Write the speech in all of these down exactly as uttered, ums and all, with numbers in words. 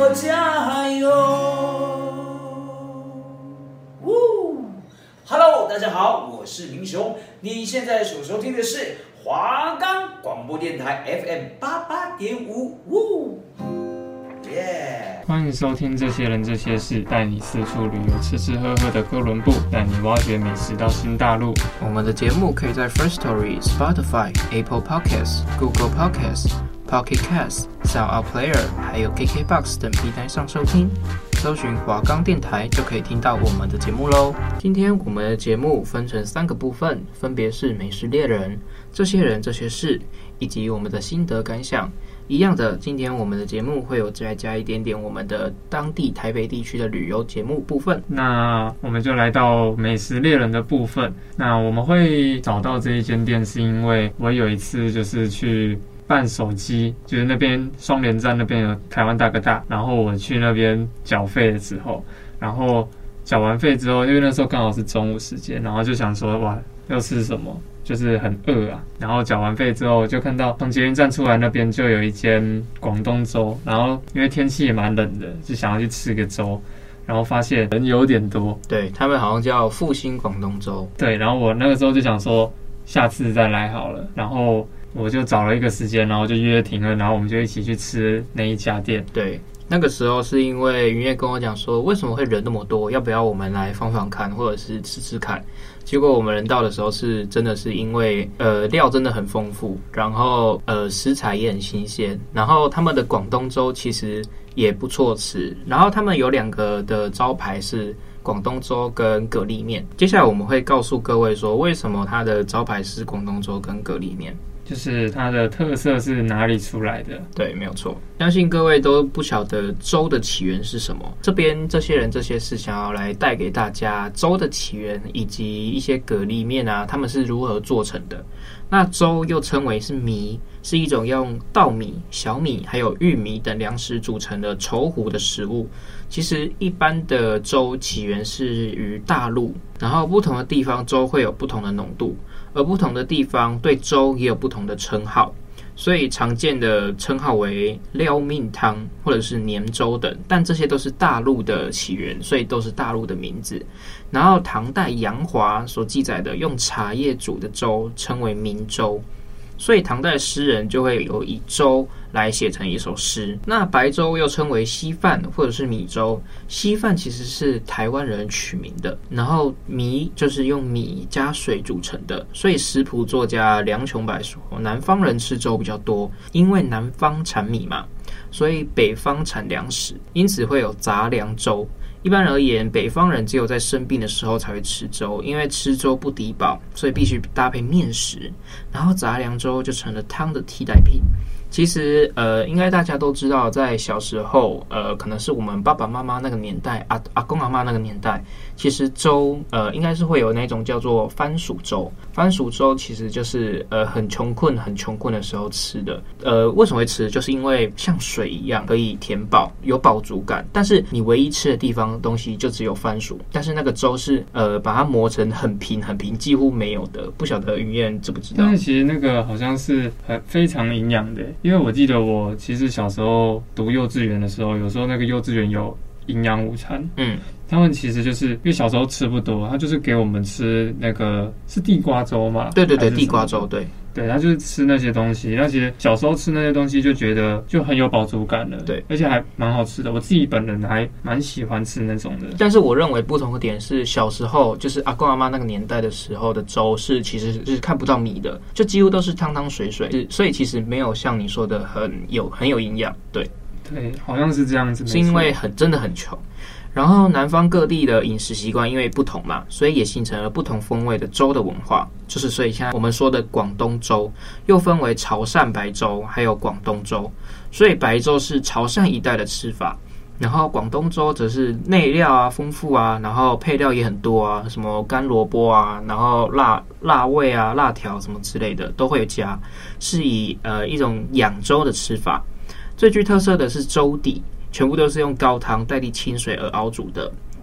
我加油。Hello， 大家好，我是明雄。你现在所收听的是华冈广播电台 F M 八八点五。呜，耶！ 欢迎收听《这些人这些事》，带你四处旅游，吃吃喝喝的哥伦布，带你挖掘美食到新大陆。 我们的节目可以在 Firstory、Spotify、Apple Podcasts、Google Podcasts、Pocket Casts、Sound Player 还有 K K Box 等平台上收听。搜寻华冈电台就可以听到我们的节目咯。今天我们的节目分成三个部分，分别是美食猎人、这些人这些事，以及我们的心得感想。一样的，今天我们的节目会有再加一点点我们的当地台北地区的旅游节目部分。 那我们就来到美食猎人的部分。那我们会找到这一间店，是因为我有一次就是去办手机，就是那边双连站那边有台湾大哥大，然后我去那边缴费的时候，然后缴完费之后，因为那时候刚好是中午时间，然后就想说哇，要吃什么？就是很饿啊，然后缴完费之后，就看到从捷运站出来那边就有一间广东粥，然后因为天气也蛮冷的，就想要去吃个粥，然后发现人有点多， 对，他们好像叫复兴广东粥， 对，然后我那个时候就想说下次再来好了，然后我就找了一个时间，然后就约停了，然后我们就一起去吃那一家店。 对，那个时候是因为云叶跟我讲说，为什么会人那么多，要不要我们来放放看，或者是吃吃看。结果我们人到的时候是真的是因为呃料真的很丰富，然后呃食材也很新鲜，然后他们的广东粥其实也不错吃，然后他们有两个的招牌是广东粥跟蛤蜊面。接下来我们会告诉各位说，为什么它的招牌是广东粥跟蛤蜊面。 就是它的特色是哪里出来的？ 对，没有错。相信各位都不晓得粥的起源是什么。这边这些人这些事想要来带给大家粥的起源，以及一些蛤蜊面啊，他们是如何做成的。那粥又称为是糜，是一种用稻米、小米还有玉米等粮食组成的稠糊的食物。其实一般的粥起源是于大陆，然后不同的地方粥会有不同的浓度，而不同的地方对粥也有不同的称号，所以常见的称号为料命汤或者是黏粥等，但这些都是大陆的起源，所以都是大陆的名字。然后唐代杨华所记载的用茶叶煮的粥称为明粥，所以唐代诗人就会有以粥来写成一首诗。那白粥又称为稀饭或者是米粥，稀饭其实是台湾人取名的，然后糜就是用米加水煮成的，所以食谱作家梁琼柏说，南方人吃粥比较多，因为南方产米嘛，所以北方产粮食，因此会有杂粮粥。一般而言，北方人只有在生病的时候才会吃粥，因为吃粥不抵饱，所以必须搭配面食，然后杂粮粥就成了汤的替代品。其实呃，应该大家都知道，在小时候呃，可能是我们爸爸妈妈那个年代，阿阿公阿嬷那个年代，其实粥呃应该是会有那种叫做番薯粥。番薯粥其实就是呃很穷困很穷困的时候吃的。呃，为什么会吃？就是因为像水一样可以填饱，有饱足感。但是你唯一吃的地方东西就只有番薯，但是那个粥是呃把它磨成很平很平，几乎没有的。不晓得云燕知不知道？ 但是其实那个好像是很非常营养的。因为我记得我其实小时候读幼稚园的时候，有时候那个幼稚园有营养午餐，嗯，他们其实就是因为小时候吃不多，他就是给我们吃那个是地瓜粥嘛， 对对对，地瓜粥，对对，他就是吃那些东西，那些小时候吃那些东西就觉得就很有饱足感了，对，而且还蛮好吃的。我自己本人还蛮喜欢吃那种的。 但是我认为不同的点是，小时候就是阿公阿妈那个年代的时候的粥是其实是看不到米的，就几乎都是汤汤水水，所以其实没有像你说的很有很有营养。对对，好像是这样子， 是因为很真的很穷。然后南方各地的饮食习惯因为不同嘛，所以也形成了不同风味的粥的文化。就是所以现在我们说的广东粥又分为潮汕白粥还有广东粥，所以白粥是潮汕一带的吃法，然后广东粥则是内料啊丰富啊，然后配料也很多啊，什么干萝卜啊，然后辣辣味啊、辣条什么之类的都会有加，是以呃一种养粥的吃法。最具特色的是粥底，全部都是用高汤代替清水而熬煮的。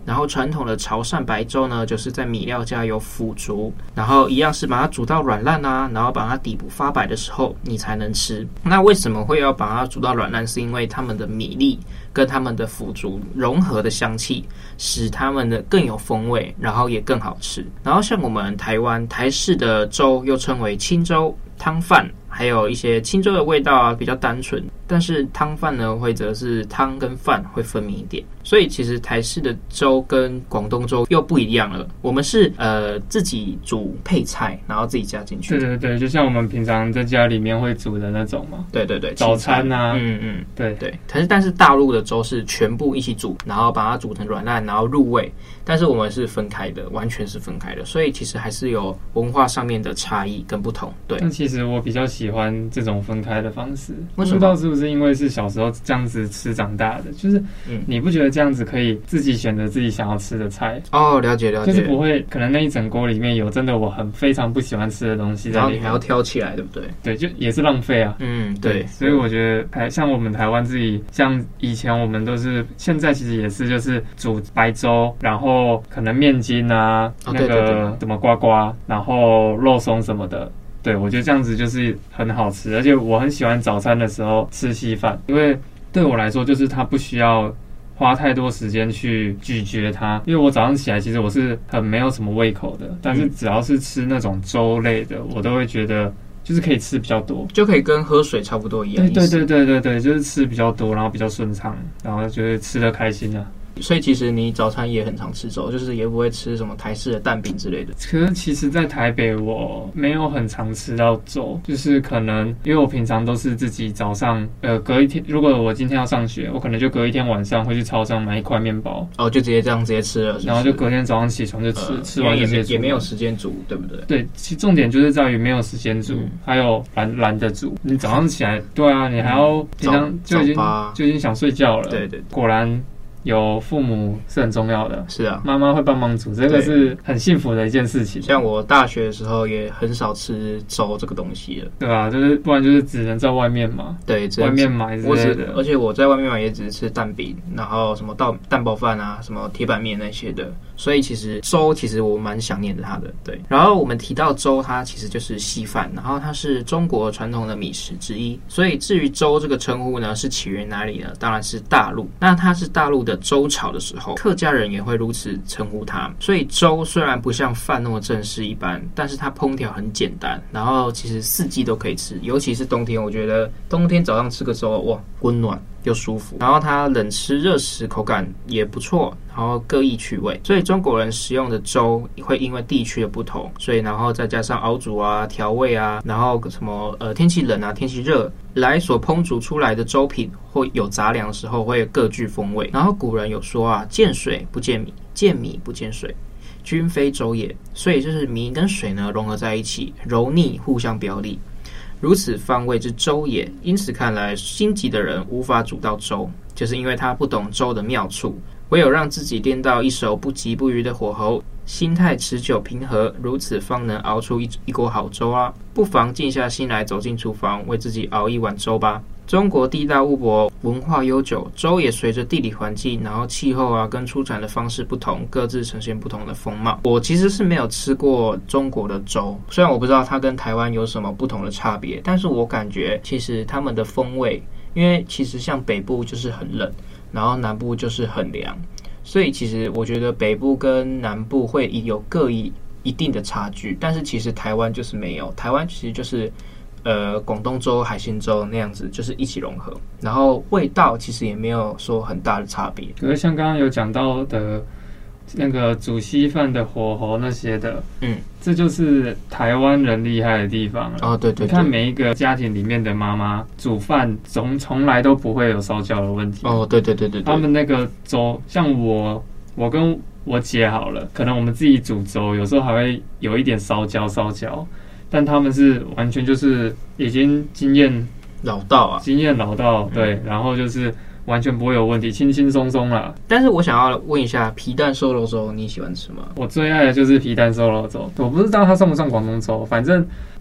然后传统的潮汕白粥呢，就是在米料加有腐竹，然后一样是把它煮到软烂啊，然后把它底部发白的时候你才能吃。那为什么会要把它煮到软烂？是因为他们的米粒跟他们的腐竹融合的香气，使他们的更有风味，然后也更好吃。然后像我们台湾台式的粥又称为清粥、汤饭，还有一些清粥的味道啊比较单纯，但是汤饭呢会则是汤跟饭会分明一点。所以其实台式的粥跟广东粥又不一样了，我们是呃自己煮配菜，然后自己加进去。 对对对，就像我们平常在家里面会煮的那种嘛。 对对对， 早餐啊， 嗯嗯， 对对。可是但是大陆的粥是全部一起煮，然后把它煮成软烂，然后入味。但是我们是分开的，完全是分开的，所以其实还是有文化上面的差异跟不同。对。 但其实我比较喜欢这种分开的方式。 为什么？ 不知道是不是因为是小时候这样子吃长大的，就是你不觉得这样子可以自己选择自己想要吃的菜？ 哦，了解了解， 就是不会可能那一整锅里面有真的我很非常不喜欢吃的东西在里面， 然后你还要挑起来，对不对？ 对，就也是浪费啊。 嗯，对。 对，所以我觉得台像我们台湾自己，像以前我们都是，现在其实也是就是煮白粥，然后可能面筋啊， 哦、 那个什么呱呱，然后肉松什么的。对，我觉得这样子就是很好吃，而且我很喜欢早餐的时候吃稀饭，因为对我来说就是它不需要花太多时间去咀嚼它，因为我早上起来其实我是很没有什么胃口的，但是只要是吃那种粥类的，我都会觉得就是可以吃比较多， 就可以跟喝水差不多一样。 对对对对对对，就是吃比较多，然后比较顺畅，然后就是吃得开心啊。 所以其实你早餐也很常吃粥，就是也不会吃什么台式的蛋饼之类的。 可是其实在台北我没有很常吃到粥，就是可能因为我平常都是自己早上呃隔一天，如果我今天要上学，我可能就隔一天晚上会去超商买一块面包， 哦，就直接这样直接吃了是不是， 然后就隔天早上起床就吃，呃、吃完就直接煮， 也没有时间煮，对不对？ 对，其实重点就是在于没有时间煮，嗯、还有懒懒得煮。你早上起来，对啊，你还要平常就已经就已经想睡觉了， 对 对, 对， 果然。有父母是很重要的， 是啊， 妈妈会帮忙煮，这个是很幸福的一件事情。 像我大学的时候也很少吃粥这个东西了， 对啊，就是不然就是只能在外面嘛， 对， 外面买之类的。 而且我在外面买也只是吃蛋饼，然后什么蛋蛋包饭啊，什么铁板面那些的。所以其实粥其实我蛮想念着它的，对。然后我们提到粥，它其实就是稀饭，然后它是中国传统的米食之一。所以至于粥这个称呼呢，是起源哪里呢？当然是大陆。那它是大陆的粥炒的时候，客家人也会如此称呼它。所以粥虽然不像饭那么正式一般，但是它烹调很简单，然后其实四季都可以吃，尤其是冬天，我觉得冬天早上吃个粥，哇，温暖又舒服。然后它冷吃热食口感也不错，然后各异趣味。所以中国人使用的粥会因为地区的不同，所以然后再加上熬煮啊、调味啊，然后什么呃天气冷啊、天气热来所烹煮出来的粥品或有杂粮的时候会各具风味。然后古人有说啊，见水不见米，见米不见水，均非粥也。所以就是米跟水呢融合在一起，柔腻互相表里，如此方谓之粥也。因此看来心急的人无法煮到粥，就是因为他不懂粥的妙处。唯有让自己练到一手不急不渝的火候，心态持久平和，如此方能熬出一一锅好粥啊！不妨静下心来，走进厨房，为自己熬一碗粥吧。中国地大物博，文化悠久，粥也随着地理环境，然后气候啊，跟出产的方式不同，各自呈现不同的风貌。我其实是没有吃过中国的粥，虽然我不知道它跟台湾有什么不同的差别，但是我感觉其实他们的风味，因为其实像北部就是很冷，然后南部就是很凉，所以其实我觉得北部跟南部会有各一一定的差距，但是其实台湾就是没有，台湾其实就是呃广东粥、海鲜粥那样子，就是一起融合，然后味道其实也没有说很大的差别。 可是像刚刚有讲到的那个煮稀饭的火候那些的，嗯，这就是台湾人厉害的地方了。 哦，对对对， 你看每一个家庭里面的妈妈煮饭从从来都不会有烧焦的问题。 哦，对对对 对, 对， 他们那个粥，像我我跟我姐好了，可能我们自己煮粥，有时候还会有一点烧焦烧焦，但他们是完全就是已经经验老道啊， 经验老道，对，嗯、然后就是完全不会有问题，轻轻松松啦。 但是我想要问一下，皮蛋瘦肉粥你喜欢吃吗？ 我最爱的就是皮蛋瘦肉粥，我不知道它算不算广东粥，反正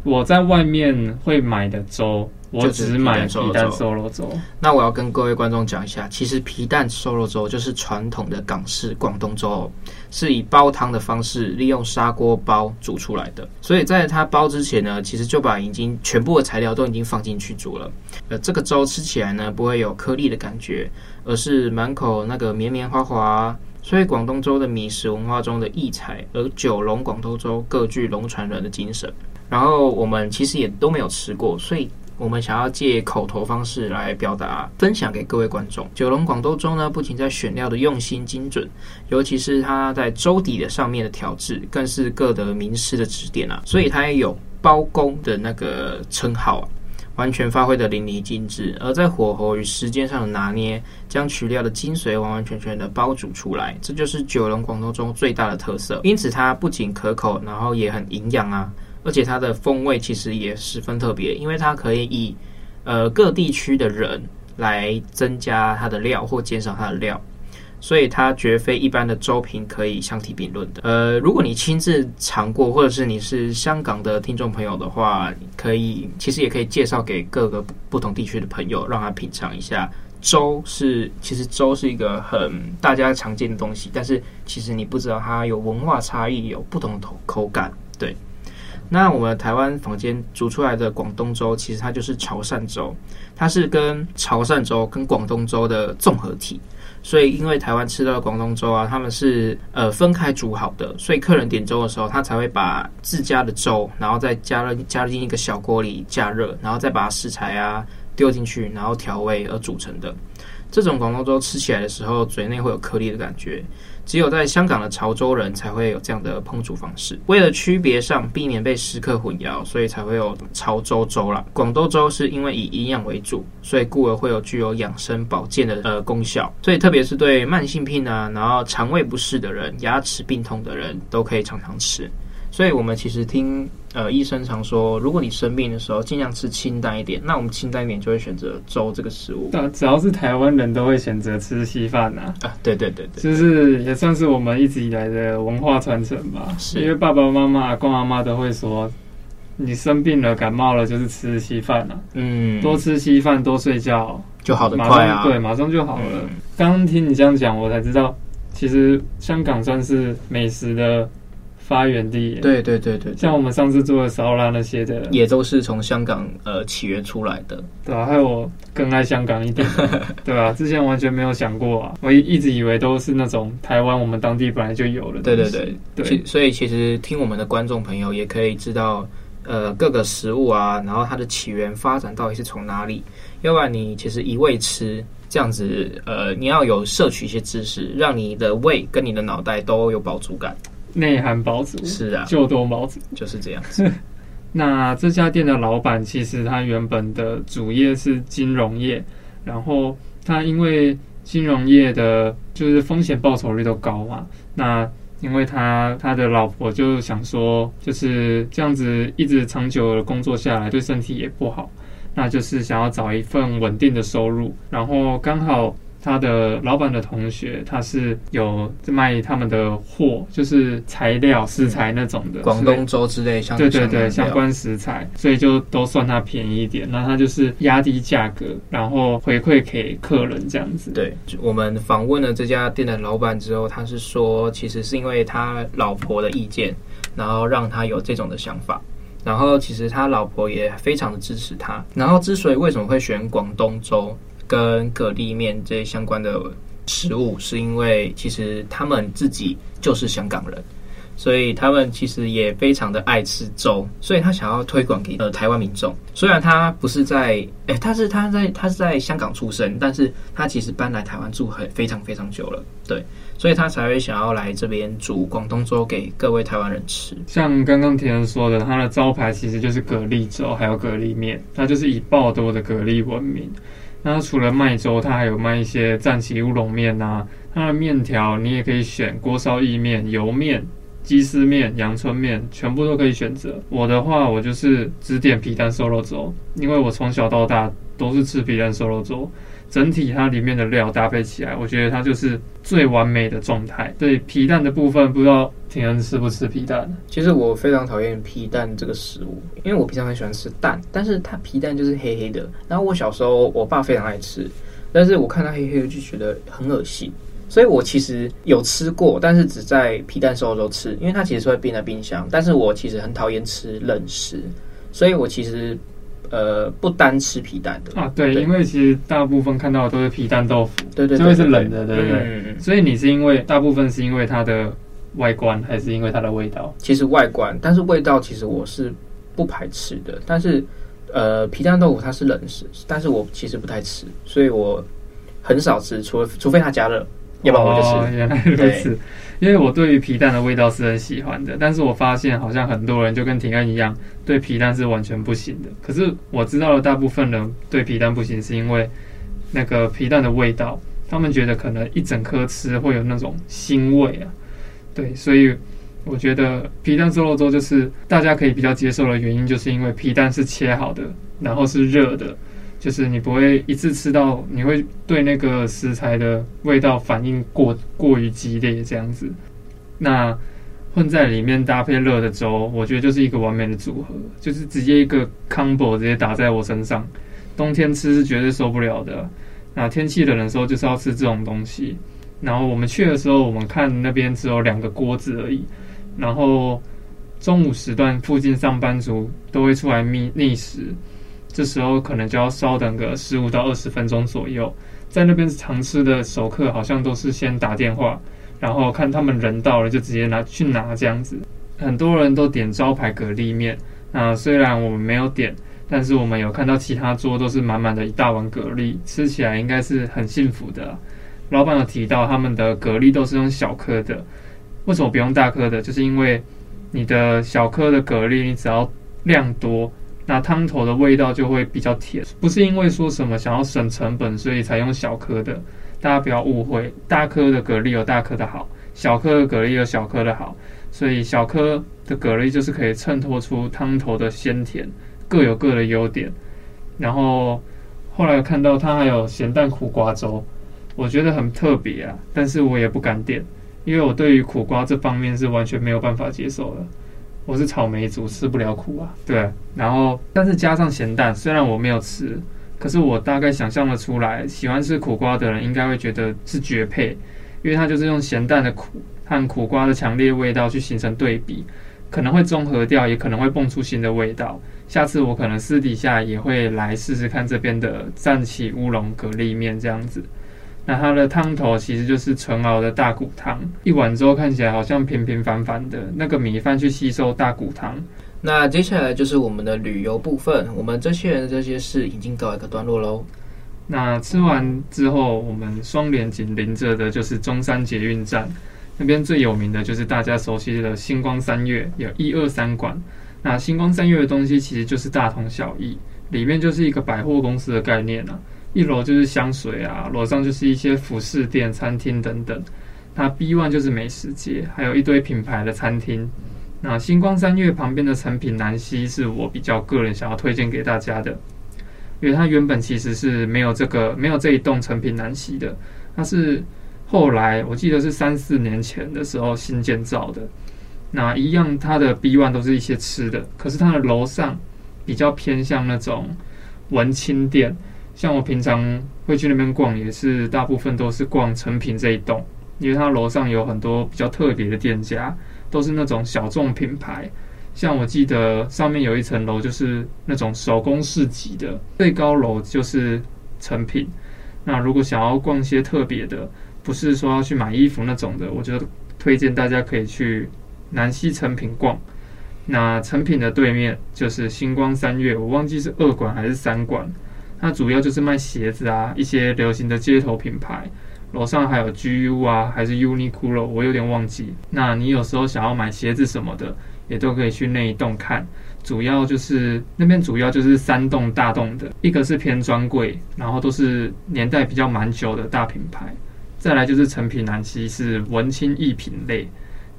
我在外面会买的粥，我只买皮蛋瘦肉粥。 那我要跟各位观众讲一下，其实皮蛋瘦肉粥就是传统的港式广东粥、哦，是以煲汤的方式，利用砂锅煲煮出来的。所以在它煲之前呢，其实就把已经全部的材料都已经放进去煮了。呃，这个粥吃起来呢，不会有颗粒的感觉，而是满口那个绵绵滑滑。所以广东粥的米食文化中的异彩，而九龙广东粥各具龙传人的精神。然后我们其实也都没有吃过，所以我们想要借口头方式来表达分享给各位观众。九龙广东粥呢，不仅在选料的用心精准，尤其是它在粥底的上面的调制，更是各得名师的指点啊，所以它也有包公的那个称号啊，完全发挥的淋漓尽致。而在火候与时间上的拿捏，将取料的精髓完完全全的煲煮出来，这就是九龙广东粥最大的特色。因此它不仅可口，然后也很营养啊。而且它的风味其实也十分特别，因为它可以以呃各地区的人来增加它的料或减少它的料，所以它绝非一般的粥品可以相提并论的。呃，如果你亲自尝过，或者是你是香港的听众朋友的话，可以其实也可以介绍给各个不同地区的朋友，让他品尝一下。粥是其实粥是一个很大家常见的东西，但是其实你不知道它有文化差异，有不同的口感，对。那我们台湾坊间煮出来的广东粥，其实它就是潮汕粥，它是跟潮汕粥跟广东粥的综合体。所以因为台湾吃到的广东粥啊，他们是呃分开煮好的，所以客人点粥的时候，他才会把自家的粥，然后再加了加进一个小锅里加热，然后再把食材啊丢进去，然后调味而煮成的。这种广东粥吃起来的时候，嘴内会有颗粒的感觉，只有在香港的潮州人才会有这样的烹煮方式。为了区别上，避免被食客混淆，所以才会有潮州粥啦。广东粥是因为以营养为主，所以故而会有具有养生保健的呃功效。所以特别是对慢性病啊，然后肠胃不适的人、牙齿病痛的人，都可以常常吃。所以我们其实听呃医生常说，如果你生病的时候，尽量吃清淡一点。那我们清淡一点就会选择粥这个食物。 对，只要是台湾人都会选择吃稀饭啊。 啊，对对对对， 就是也算是我们一直以来的文化传承吧。是因为爸爸妈妈、阿公阿妈都会说，你生病了、感冒了，就是吃稀饭啊。嗯，多吃稀饭，多睡觉， 就好得快啊。 对，马上就好了。刚刚、嗯、听你这样讲，我才知道，其实香港算是美食的发源地。 对对对 对, 对， 像我们上次做的烧腊那些的， 也都是从香港呃起源出来的。 对啊，害我更爱香港一点。对啊，之前完全没有想过啊，我一直以为都是那种台湾我们当地本来就有的。 对对对对，所以其实听我们的观众朋友也可以知道，呃，各个食物啊，然后它的起源发展到底是从哪里。要不然你其实一味吃。这样子，呃，你要有摄取一些知识，让你的胃跟你的脑袋都有饱足感， 内涵饱足。 是啊， 就多饱足， 就是这样子。 那这家店的老板其实他原本的主业是金融业，然后他因为金融业的就是风险报酬率都高嘛，那因为他他的老婆就想说，就是这样子一直长久的工作下来，对身体也不好。那就是想要找一份稳定的收入，然后刚好他的老板的同学他是有卖他们的货，就是材料食材那种的， 广东粥之类相对对对相关食材，所以就都算他便宜一点。那他就是压低价格，然后回馈给客人这样子。 对，我们访问了这家店的老板之后，他是说其实是因为他老婆的意见，然后让他有这种的想法。然后其实他老婆也非常的支持他。然后之所以为什么会选广东粥跟蛤蜊面这些相关的食物，是因为其实他们自己就是香港人，所以他们其实也非常的爱吃粥，所以他想要推广给呃台湾民众。虽然他不是在，哎，他是他在他是在香港出生，但是他其实搬来台湾住很非常非常久了，对。所以他才会想要来这边煮广东粥给各位台湾人吃。 像刚刚田人说的，他的招牌其实就是蛤蜊粥，还有蛤蜊面，它就是以爆多的蛤蜊闻名。那除了卖粥，他还有卖一些战旗乌龙面啊，它的面条你也可以选锅烧意面、油面、 鸡丝面、阳春面，全部都可以选择。我的话，我就是只点皮蛋瘦肉粥，因为我从小到大都是吃皮蛋瘦肉粥。整体它里面的料搭配起来，我觉得它就是最完美的状态。对皮蛋的部分，不知道庭恩吃不吃皮蛋？ 其实我非常讨厌皮蛋这个食物，因为我平常很喜欢吃蛋，但是它皮蛋就是黑黑的。然后我小时候我爸非常爱吃，但是我看它黑黑的就觉得很恶心，所以我其实有吃过，但是只在皮蛋瘦肉粥吃，因为它其实是会冰在冰箱。但是我其实很讨厌吃冷食，所以我其实。呃，不单吃皮蛋的啊，对，对，因为其实大部分看到的都是皮蛋豆腐， 对对， 就会是冷的，对不对？ 嗯嗯。 所以你是因为大部分是因为它的外观，还是因为它的味道？ 其实外观，但是味道其实我是不排斥的。但是呃，皮蛋豆腐它是冷食，但是我其实不太吃，所以我很少吃，除除非它加热，要不然我就吃。 哦，原来如此。因为我对于皮蛋的味道是很喜欢的，但是我发现好像很多人就跟庭恩一样，对皮蛋是完全不行的。可是我知道了，大部分人对皮蛋不行，是因为那个皮蛋的味道，他们觉得可能一整颗吃会有那种腥味啊。对，所以我觉得皮蛋瘦肉粥就是大家可以比较接受的原因，就是因为皮蛋是切好的，然后是热的。就是你不会一次吃到，你会对那个食材的味道反应过过于激烈这样子。那混在里面搭配热的粥，我觉得就是一个完美的组合，就是直接一个 combo 直接打在我身上。冬天吃是绝对受不了的，那天气冷的时候就是要吃这种东西。然后我们去的时候，我们看那边只有两个锅子而已，然后中午时段附近上班族都会出来觅觅食。这时候可能就要稍等个十五到二十分钟左右，在那边常吃的熟客好像都是先打电话，然后看他们人到了就直接拿去拿这样子。很多人都点招牌蛤蜊面，那虽然我们没有点，但是我们有看到其他桌都是满满的一大碗蛤蜊，吃起来应该是很幸福的啦。老板有提到他们的蛤蜊都是用小颗的，为什么不用大颗的？就是因为你的小颗的蛤蜊，你只要量多，那汤头的味道就会比较甜，不是因为说什么想要省成本，所以才用小颗的。大家不要误会，大颗的蛤蜊有大颗的好，小颗的蛤蜊有小颗的好，所以小颗的蛤蜊就是可以衬托出汤头的鲜甜，各有各的优点。然后后来看到它还有咸蛋苦瓜粥，我觉得很特别啊，但是我也不敢点，因为我对于苦瓜这方面是完全没有办法接受的。我是草莓族，吃不了苦啊。对，然后但是加上咸蛋，虽然我没有吃，可是我大概想象得出来，喜欢吃苦瓜的人应该会觉得是绝配，因为它就是用咸蛋的苦和苦瓜的强烈味道去形成对比，可能会中和掉，也可能会蹦出新的味道。下次我可能私底下也会来试试看这边的赞岐乌龙蛤蜊面这样子。那它的汤头其实就是纯熬的大骨汤，一碗粥看起来好像平平凡凡的，那个米饭去吸收大骨汤。 那接下来就是我们的旅游部分，我们这些人的这些事已经告一个段落喽。 那吃完之后，我们双连紧邻着的就是中山捷运站，那边最有名的就是大家熟悉的星光三月，有一二三馆。那星光三月的东西其实就是大同小异，里面就是一个百货公司的概念啊。一楼就是香水啊，楼上就是一些服饰店、餐厅等等。那 B 一 就是美食街，还有一堆品牌的餐厅。那星光三月旁边的诚品南西是我比较个人想要推荐给大家的，因为它原本其实是没有这个没有这一栋诚品南西的，它是后来我记得是三四年前的时候新建造的。那一样，它的 B 一 都是一些吃的，可是它的楼上比较偏向那种文青店。像我平常会去那边逛，也是大部分都是逛诚品这一栋，因为它楼上有很多比较特别的店家，都是那种小众品牌。像我记得上面有一层楼就是那种手工市集的，最高楼就是诚品。那如果想要逛一些特别的，不是说要去买衣服那种的，我觉得推荐大家可以去南西诚品逛。那诚品的对面就是星光三月，我忘记是二馆还是三馆。它主要就是卖鞋子啊，一些流行的街头品牌。楼上还有 G U 啊，还是 Uniqlo， 我有点忘记。那你有时候想要买鞋子什么的，也都可以去那一栋看。主要就是那边主要就是三栋大栋的，一个是偏专柜，然后都是年代比较蛮久的大品牌。再来就是诚品南西是文青艺品类，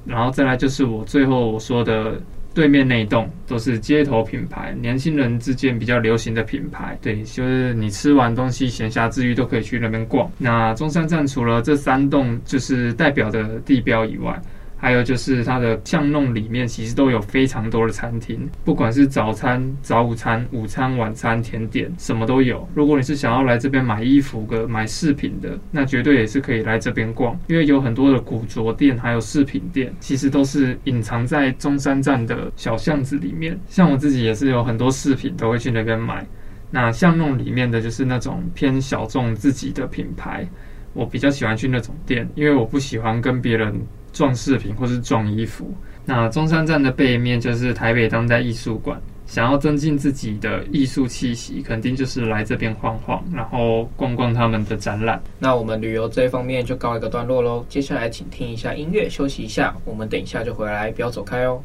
然后再来就是我最后我说的对面那一栋都是街头品牌，年轻人之间比较流行的品牌。对，就是你吃完东西闲暇之余都可以去那边逛。那中山站除了这三栋就是代表的地标以外，还有就是它的巷弄里面其实都有非常多的餐厅，不管是早餐、早午餐、午餐、晚餐、甜点，什么都有。如果你是想要来这边买衣服的、买饰品的，那绝对也是可以来这边逛，因为有很多的古着店还有饰品店，其实都是隐藏在中山站的小巷子里面。像我自己也是有很多饰品都会去那边买。那巷弄里面的就是那种偏小众自己的品牌，我比较喜欢去那种店，因为我不喜欢跟别人撞饰品或是撞衣服。那中山站的背面就是台北当代艺术馆，想要增进自己的艺术气息，肯定就是来这边晃晃，然后逛逛他们的展览。 那我们旅游这一方面就告一个段落咯，接下来请听一下音乐休息一下，我们等一下就回来，不要走开哦。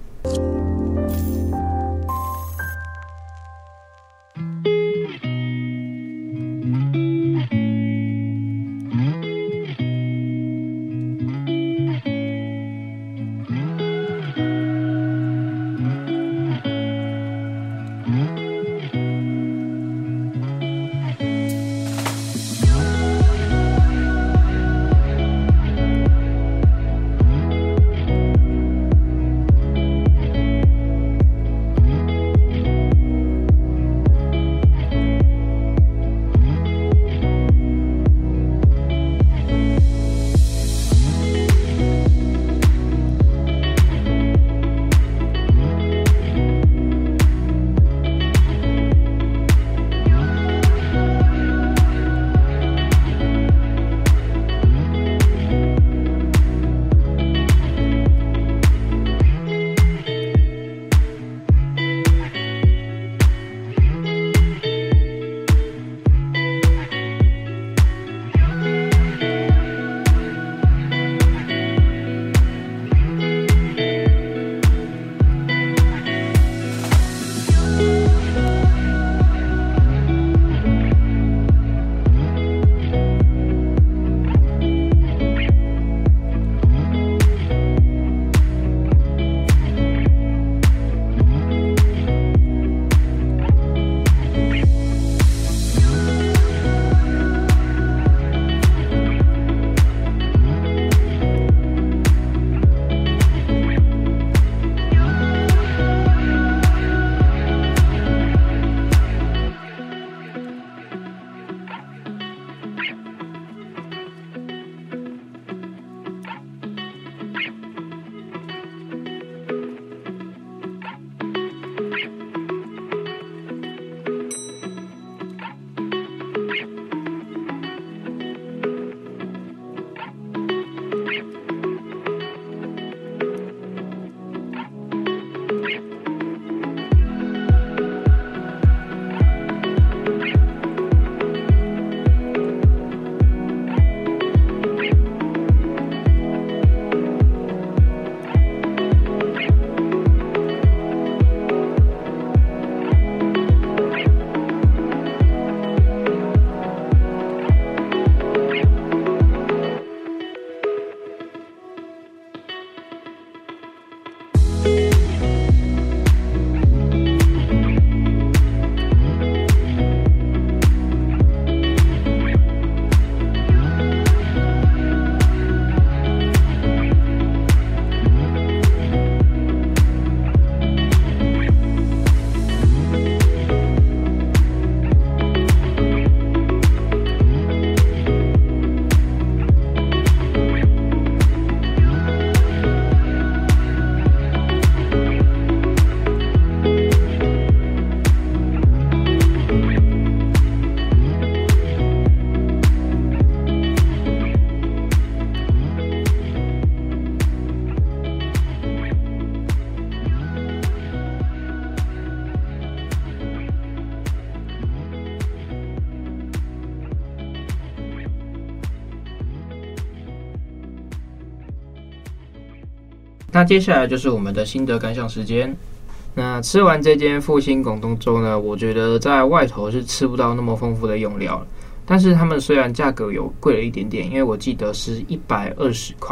那接下来就是我们的心得感想时间。那吃完这间复兴广东粥呢，我觉得在外头是吃不到那么丰富的用料了，但是他们虽然价格有贵了一点点，因为我记得是一百二十块，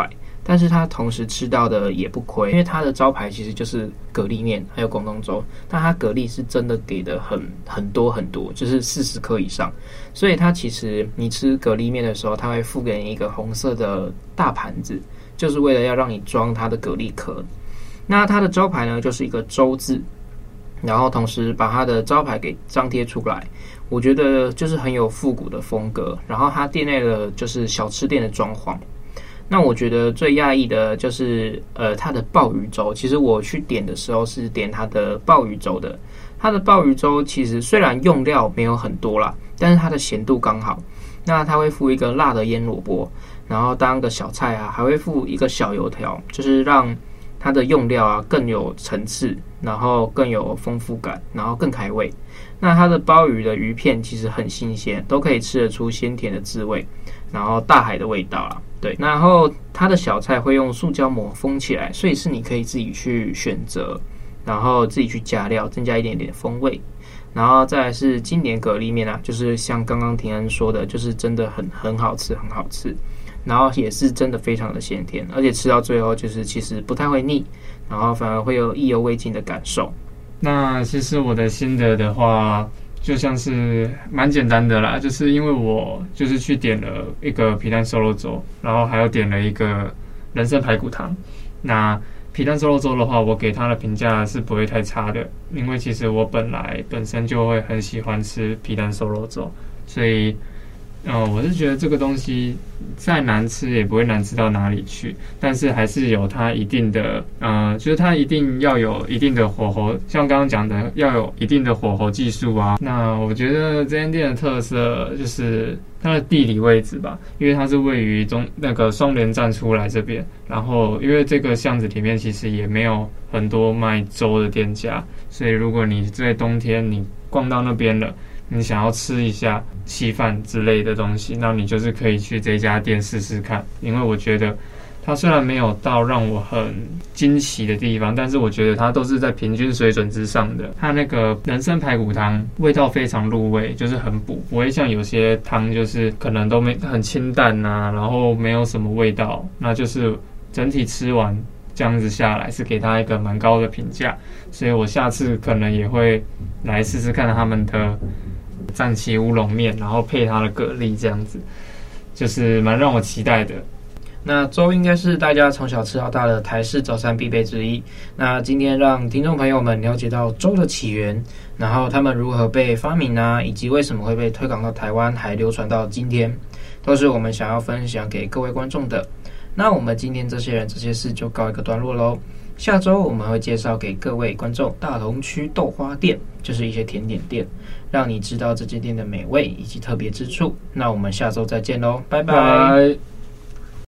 但是它同时吃到的也不亏，因为它的招牌其实就是蛤蜊面还有广东粥，但它蛤蜊是真的给的很很多很多，就是四十颗以上，所以它其实你吃蛤蜊面的时候，它会附给你一个红色的大盘子，就是为了要让你装它的蛤蜊壳。那它的招牌呢，就是一个粥字，然后同时把它的招牌给张贴出来，我觉得就是很有复古的风格。然后它店内的就是小吃店的装潢。那我觉得最讶异的就是呃它的鲍鱼粥，其实我去点的时候是点它的鲍鱼粥的。它的鲍鱼粥其实虽然用料没有很多啦，但是它的咸度刚好。那它会附一个辣的腌萝卜，然后当个小菜啊，还会附一个小油条，就是让它的用料啊更有层次，然后更有丰富感，然后更开胃。那它的鲍鱼的鱼片其实很新鲜，都可以吃得出鲜甜的滋味，然后大海的味道啦。对，然后它的小菜会用塑胶膜封起来，所以是你可以自己去选择，然后自己去加料，增加一点点风味。然后再来是经典蛤蜊面啊，就是像刚刚庭安说的，就是真的很很好吃，很好吃。然后也是真的非常的鲜甜，而且吃到最后就是其实不太会腻，然后反而会有意犹未尽的感受。 那其实我的心得的话，就像是蛮简单的啦，就是因为我就是去点了一个皮蛋瘦肉粥，然后还有点了一个人参排骨汤。那皮蛋瘦肉粥的话，我给它的评价是不会太差的，因为其实我本来本身就会很喜欢吃皮蛋瘦肉粥，所以呃，我是觉得这个东西再难吃也不会难吃到哪里去，但是还是有它一定的呃，就是它一定要有一定的火候，像刚刚讲的要有一定的火候技术啊。那我觉得这间店的特色就是它的地理位置吧，因为它是位于中那个双连站出来这边，然后因为这个巷子里面其实也没有很多卖粥的店家，所以如果你在冬天你逛到那边了，你想要吃一下稀饭之类的东西，那你就是可以去这家店试试看。因为我觉得它虽然没有到让我很惊奇的地方，但是我觉得它都是在平均水准之上的。它那个人参排骨汤味道非常入味，就是很补，不会像有些汤就是可能都没很清淡啊，然后没有什么味道，那就是整体吃完这样子下来是给他一个蛮高的评价，所以我下次可能也会来试试看他们的战旗乌龙面，然后配它的蛤蜊，这样子就是蛮让我期待的。 那粥应该是大家从小吃到大的台式早餐必备之一。那今天让听众朋友们了解到粥的起源，然后他们如何被发明啊，以及为什么会被推广到台湾，还流传到今天，都是我们想要分享给各位观众的。那我们今天这些人这些事就告一个段落咯。下周我们会介绍给各位观众大同区豆花店，就是一些甜点店，让你知道这间店的美味以及特别之处。那我们下周再见咯，拜拜。 拜拜。